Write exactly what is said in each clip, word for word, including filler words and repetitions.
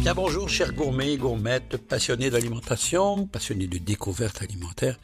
Bien bonjour chers gourmets, gourmettes, passionnés d'alimentation, passionnés de découverte alimentaire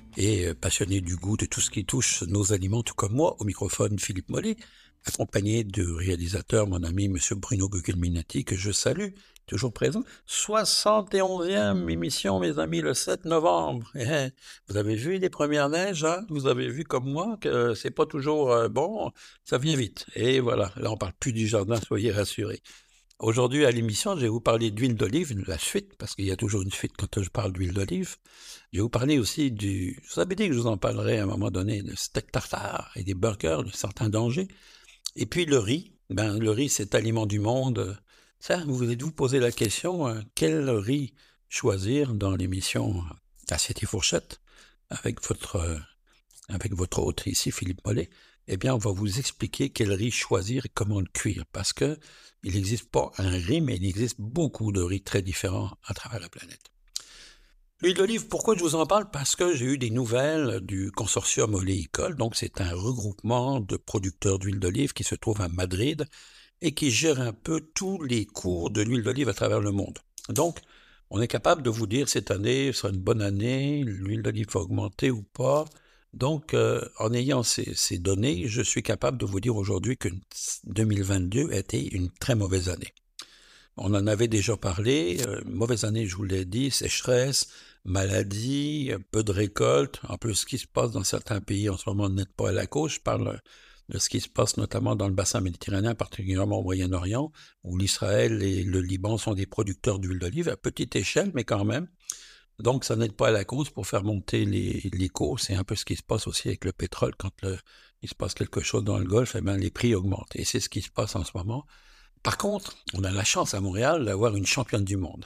et passionnés du goût de tout ce qui touche nos aliments, tout comme moi, au microphone Philippe Mollet, accompagné du réalisateur, mon ami Monsieur Bruno Guglielminati, que je salue, toujours présent. soixante et onzième émission, mes amis, le sept novembre. Vous avez vu les premières neiges, hein? Vous avez vu comme moi que c'est pas toujours euh, bon, ça vient vite. Et voilà, là on parle plus du jardin, soyez rassurés. Aujourd'hui, à l'émission, je vais vous parler d'huile d'olive, la suite, parce qu'il y a toujours une suite quand je parle d'huile d'olive. Je vais vous parler aussi du... Je vous avais dit que je vous en parlerai à un moment donné, de steak tartare et des burgers, de certains dangers. Et puis le riz. Ben, le riz, c'est aliment du monde. Ça, vous vous êtes-vous posé la question, euh, quel riz choisir dans l'émission Assiette et fourchette avec votre, euh, avec votre hôte ici, Philippe Mollet? Eh bien, on va vous expliquer quel riz choisir et comment le cuire, parce que il n'existe pas un riz, mais il existe beaucoup de riz très différents à travers la planète. L'huile d'olive, pourquoi je vous en parle? Parce que j'ai eu des nouvelles du consortium oléicole, donc c'est un regroupement de producteurs d'huile d'olive qui se trouve à Madrid et qui gère un peu tous les cours de l'huile d'olive à travers le monde. Donc, on est capable de vous dire cette année sera une bonne année, l'huile d'olive va augmenter ou pas. Donc, euh, en ayant ces, ces données, je suis capable de vous dire aujourd'hui que deux mille vingt-deux a été une très mauvaise année. On en avait déjà parlé, euh, mauvaise année, je vous l'ai dit, sécheresse, maladie, peu de récolte. En plus, ce qui se passe dans certains pays en ce moment n'est pas à la cause. Je parle de ce qui se passe notamment dans le bassin méditerranéen, particulièrement au Moyen-Orient, où l'Israël et le Liban sont des producteurs d'huile d'olive à petite échelle, mais quand même. Donc, ça n'aide pas à la cause pour faire monter les, les cours. C'est un peu ce qui se passe aussi avec le pétrole. Quand le, il se passe quelque chose dans le Golfe, eh bien, les prix augmentent. Et c'est ce qui se passe en ce moment. Par contre, on a la chance à Montréal d'avoir une championne du monde.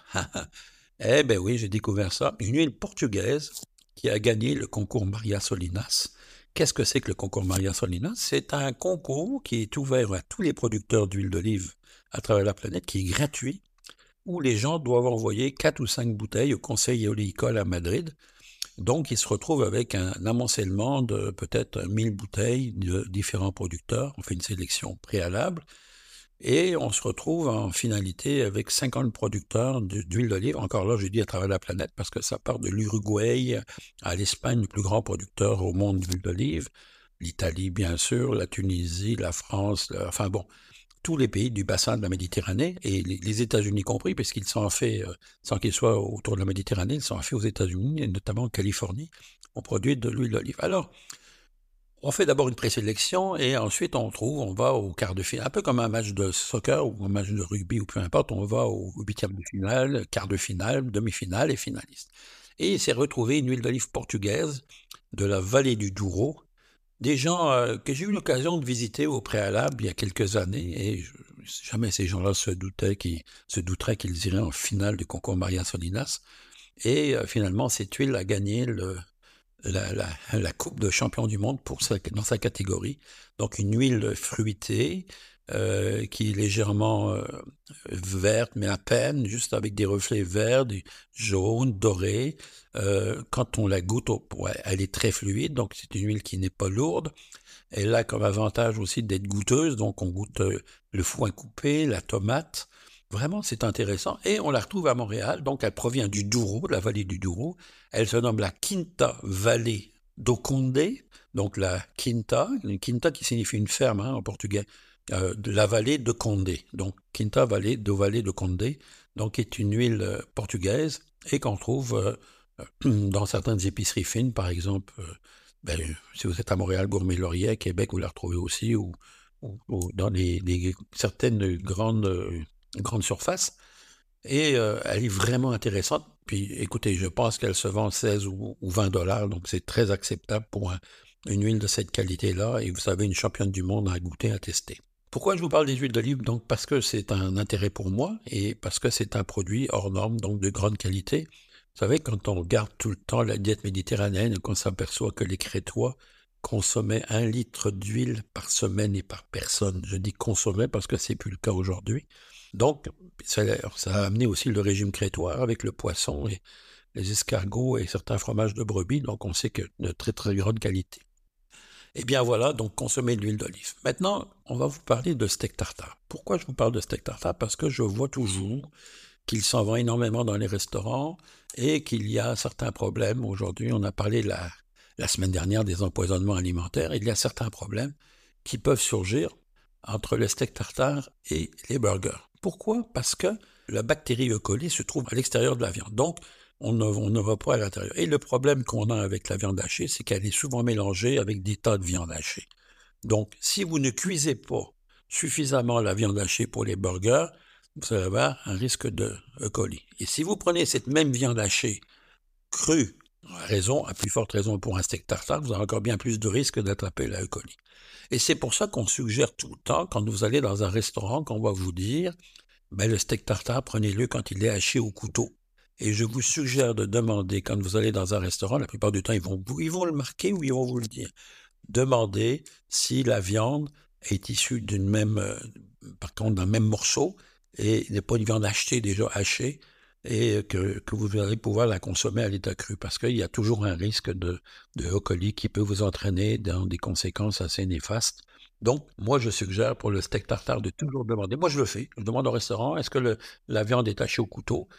Eh ben oui, j'ai découvert ça. Une huile portugaise qui a gagné le concours Maria Solinas. Qu'est-ce que c'est que le concours Maria Solinas? C'est un concours qui est ouvert à tous les producteurs d'huile d'olive à travers la planète, qui est gratuit, où les gens doivent envoyer quatre ou cinq bouteilles au conseil oléicole à Madrid. Donc, ils se retrouvent avec un amoncellement de peut-être mille bouteilles de différents producteurs. On fait une sélection préalable. Et on se retrouve en finalité avec cinquante producteurs d'huile d'olive. Encore là, je dis à travers la planète parce que ça part de l'Uruguay à l'Espagne, le plus grand producteur au monde d'huile d'olive. L'Italie, bien sûr, la Tunisie, la France, la... enfin bon, tous les pays du bassin de la Méditerranée, et les, les États-Unis compris, puisqu'ils sont faits, euh, sans qu'ils soient autour de la Méditerranée, ils sont faits aux États-Unis, et notamment en Californie, on produit de l'huile d'olive. Alors, on fait d'abord une présélection et ensuite on trouve, on va au quart de finale, un peu comme un match de soccer ou un match de rugby ou peu importe, on va au huitième de finale, quart de finale, demi-finale et finaliste. Et il s'est retrouvé une huile d'olive portugaise de la vallée du Douro, des gens euh, que j'ai eu l'occasion de visiter au préalable il y a quelques années et je, jamais ces gens-là se doutaient qu'ils se douteraient qu'ils iraient en finale du concours Maria Solinas. Et euh, finalement, cette huile a gagné le La, la, la Coupe de champion du monde pour sa, dans sa catégorie. Donc une huile fruitée euh, qui est légèrement euh, verte, mais à peine, juste avec des reflets verts, des jaunes, dorés. Euh, quand on la goûte, oh, ouais, elle est très fluide, donc c'est une huile qui n'est pas lourde. Elle a comme avantage aussi d'être goûteuse, donc on goûte euh, le foin coupé, la tomate. Vraiment, c'est intéressant. Et on la retrouve à Montréal, donc elle provient du Douro, de la vallée du Douro. Elle se nomme la Quinta Valley do Conde, donc la Quinta, une Quinta qui signifie une ferme hein, en portugais, euh, de la vallée de Conde. Donc Quinta Valley do Valley de Conde, donc est une huile euh, portugaise et qu'on trouve euh, dans certaines épiceries fines, par exemple. Euh, ben, si vous êtes à Montréal, Gourmet Laurier, à Québec, vous la retrouvez aussi, ou, ou, ou dans les, les certaines grandes euh, grande surface, et euh, elle est vraiment intéressante. Puis écoutez, je pense qu'elle se vend seize ou, ou vingt dollars, donc c'est très acceptable pour un, une huile de cette qualité-là, et vous savez, une championne du monde à goûter, à tester. Pourquoi je vous parle des huiles d'olive? Donc parce que c'est un intérêt pour moi, et parce que c'est un produit hors norme, donc de grande qualité. Vous savez, quand on regarde tout le temps la diète méditerranéenne, qu'on s'aperçoit que les Crétois consommaient un litre d'huile par semaine et par personne. Je dis consommer parce que c'est plus le cas aujourd'hui. Donc, ça, ça a amené aussi le régime crétois avec le poisson et les escargots et certains fromages de brebis, donc on sait que de très très grande qualité. Et bien voilà, donc consommer de l'huile d'olive. Maintenant, on va vous parler de steak tartare. Pourquoi je vous parle de steak tartare? Parce que je vois toujours qu'il s'en vend énormément dans les restaurants et qu'il y a certains problèmes. Aujourd'hui, on a parlé la, la semaine dernière des empoisonnements alimentaires. Il y a certains problèmes qui peuvent surgir entre le steak tartare et les burgers. Pourquoi? Parce que la bactérie E. coli se trouve à l'extérieur de la viande. Donc, on ne, on ne va pas à l'intérieur. Et le problème qu'on a avec la viande hachée, c'est qu'elle est souvent mélangée avec des tas de viande hachée. Donc, si vous ne cuisez pas suffisamment la viande hachée pour les burgers, vous allez avoir un risque de E. coli. Et si vous prenez cette même viande hachée crue, à raison, à plus forte raison pour un steak tartare, vous avez encore bien plus de risques d'attraper la E. coli. Et c'est pour ça qu'on suggère tout le temps, quand vous allez dans un restaurant, qu'on va vous dire, ben, le steak tartare, prenez-le quand il est haché au couteau. Et je vous suggère de demander, quand vous allez dans un restaurant, la plupart du temps, ils vont, ils vont le marquer ou ils vont vous le dire. Demandez si la viande est issue d'une même, euh, par contre, d'un même morceau et n'est pas une viande achetée, déjà hachée, et que, que vous allez pouvoir la consommer à l'état cru, parce qu'il y a toujours un risque de, de E. coli qui peut vous entraîner dans des conséquences assez néfastes. Donc, moi, je suggère pour le steak tartare de toujours demander. Moi, je le fais. Je demande au restaurant, est-ce que le, la viande est hachée au couteau?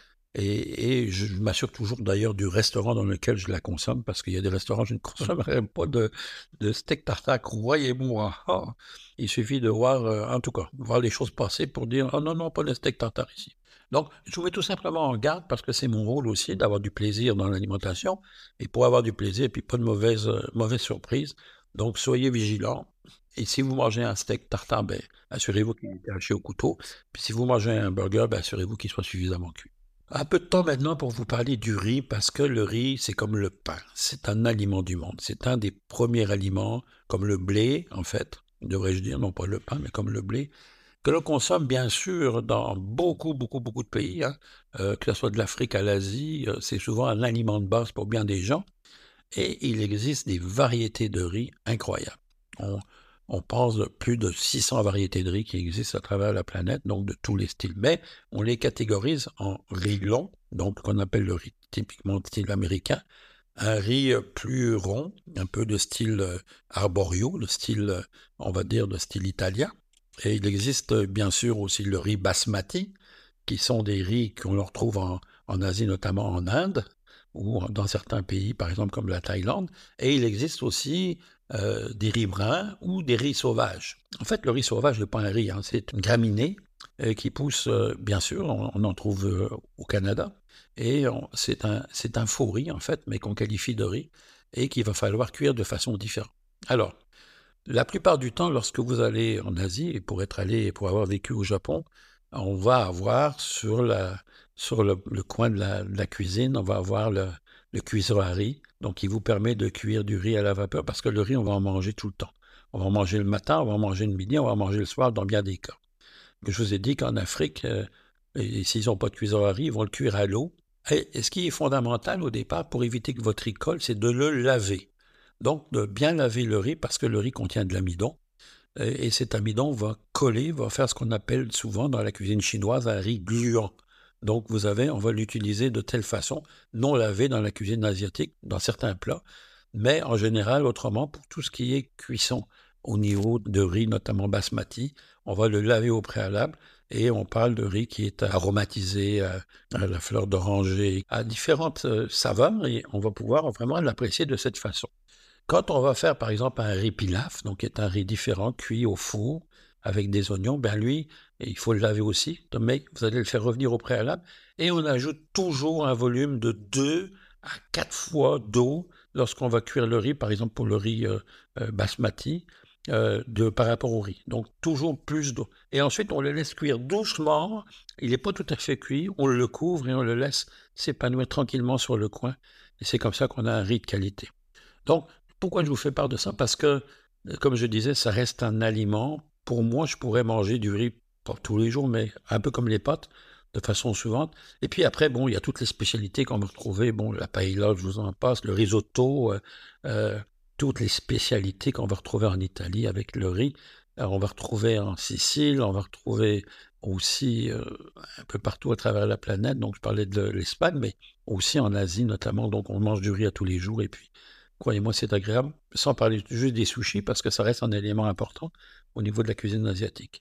Et, et je m'assure toujours d'ailleurs du restaurant dans lequel je la consomme, parce qu'il y a des restaurants, je ne consommerai pas de, de steak tartare, croyez-moi. Oh, il suffit de voir, euh, en tout cas, voir les choses passer pour dire, oh non, non, pas de steak tartare ici. Donc, je vous mets tout simplement en garde, parce que c'est mon rôle aussi d'avoir du plaisir dans l'alimentation, et pour avoir du plaisir, et puis pas de mauvaise, euh, mauvaise surprise. Donc, soyez vigilants. Et si vous mangez un steak tartare, ben, assurez-vous qu'il est haché au couteau. Puis si vous mangez un burger, ben, assurez-vous qu'il soit suffisamment cuit. Un peu de temps maintenant pour vous parler du riz, parce que le riz, c'est comme le pain. C'est un aliment du monde. C'est un des premiers aliments, comme le blé, en fait, devrais-je dire, non pas le pain, mais comme le blé, que l'on consomme bien sûr dans beaucoup, beaucoup, beaucoup de pays, hein, euh, que ce soit de l'Afrique à l'Asie, euh, c'est souvent un aliment de base pour bien des gens. Et il existe des variétés de riz incroyables. On, on pense de plus de six cents variétés de riz qui existent à travers la planète, donc de tous les styles. Mais on les catégorise en riz long, donc qu'on appelle le riz typiquement de style américain, un riz plus rond, un peu de style arborio, de style, on va dire, de style italien. Et il existe bien sûr aussi le riz basmati, qui sont des riz qu'on retrouve en, en Asie, notamment en Inde, ou dans certains pays, par exemple comme la Thaïlande. Et il existe aussi euh, des riz bruns ou des riz sauvages. En fait, le riz sauvage n'est pas un riz, hein, c'est une graminée euh, qui pousse, euh, bien sûr, on, on en trouve euh, au Canada. Et on- c'est un, c'est un faux riz, en fait, mais qu'on qualifie de riz, et qu'il va falloir cuire de façon différente. Alors, la plupart du temps, lorsque vous allez en Asie, et pour être allé et pour avoir vécu au Japon, on va avoir sur, la, sur le, le coin de la, de la cuisine, on va avoir le, le cuiseur à riz, donc qui vous permet de cuire du riz à la vapeur, parce que le riz, on va en manger tout le temps. On va en manger le matin, on va en manger le midi, on va en manger le soir, dans bien des cas. Je vous ai dit qu'en Afrique, euh, et s'ils n'ont pas de cuiseur à riz, ils vont le cuire à l'eau. Et, et ce qui est fondamental au départ pour éviter que votre riz colle, c'est de le laver. Donc, de bien laver le riz parce que le riz contient de l'amidon. Et, et cet amidon va coller, va faire ce qu'on appelle souvent dans la cuisine chinoise un riz gluant. Donc, vous avez, on va l'utiliser de telle façon, non lavé dans la cuisine asiatique, dans certains plats, mais en général, autrement, pour tout ce qui est cuisson au niveau de riz, notamment basmati, on va le laver au préalable et on parle de riz qui est aromatisé à, à la fleur d'oranger, à différentes euh, saveurs et on va pouvoir vraiment l'apprécier de cette façon. Quand on va faire par exemple un riz pilaf, donc qui est un riz différent, cuit au four avec des oignons, ben lui, il faut le laver aussi, mais vous allez le faire revenir au préalable et on ajoute toujours un volume de deux à quatre fois d'eau lorsqu'on va cuire le riz, par exemple pour le riz euh, euh, basmati, euh, de, par rapport au riz. Donc toujours plus d'eau. Et ensuite on le laisse cuire doucement, il n'est pas tout à fait cuit, on le couvre et on le laisse s'épanouir tranquillement sur le coin. Et c'est comme ça qu'on a un riz de qualité. Donc, pourquoi je vous fais part de ça? Parce que, euh, comme je disais, ça reste un aliment. Pour moi, je pourrais manger du riz, pas tous les jours, mais un peu comme les pâtes, de façon souvent. Et puis après, bon, il y a toutes les spécialités qu'on va retrouver. Bon, la paella, je vous en passe, le risotto, euh, euh, toutes les spécialités qu'on va retrouver en Italie avec le riz. Alors, on va retrouver en Sicile, on va retrouver aussi euh, un peu partout à travers la planète. Donc, je parlais de l'Espagne, mais aussi en Asie notamment. Donc, on mange du riz à tous les jours. Et puis, croyez-moi, c'est agréable, sans parler juste des sushis, parce que ça reste un élément important au niveau de la cuisine asiatique.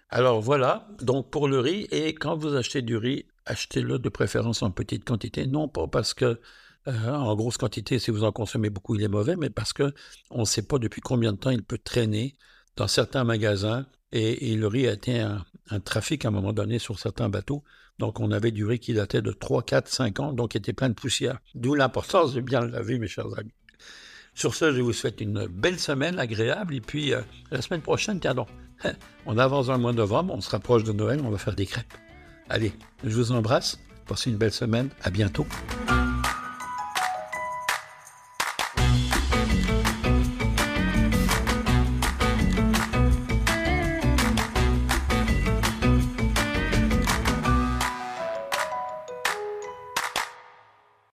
Alors voilà, donc pour le riz, et quand vous achetez du riz, achetez-le de préférence en petite quantité, non pas parce que euh, en grosse quantité, si vous en consommez beaucoup, il est mauvais, mais parce que on ne sait pas depuis combien de temps il peut traîner dans certains magasins, et, et le riz a été un, un trafic à un moment donné sur certains bateaux, donc on avait du riz qui datait de trois, quatre, cinq ans, donc était plein de poussière, d'où l'importance de bien le laver, mes chers amis. Sur ce, je vous souhaite une belle semaine agréable. Et puis, euh, la semaine prochaine, tiens donc, on avance dans le mois de novembre, on se rapproche de Noël, on va faire des crêpes. Allez, je vous embrasse, passez une belle semaine, à bientôt.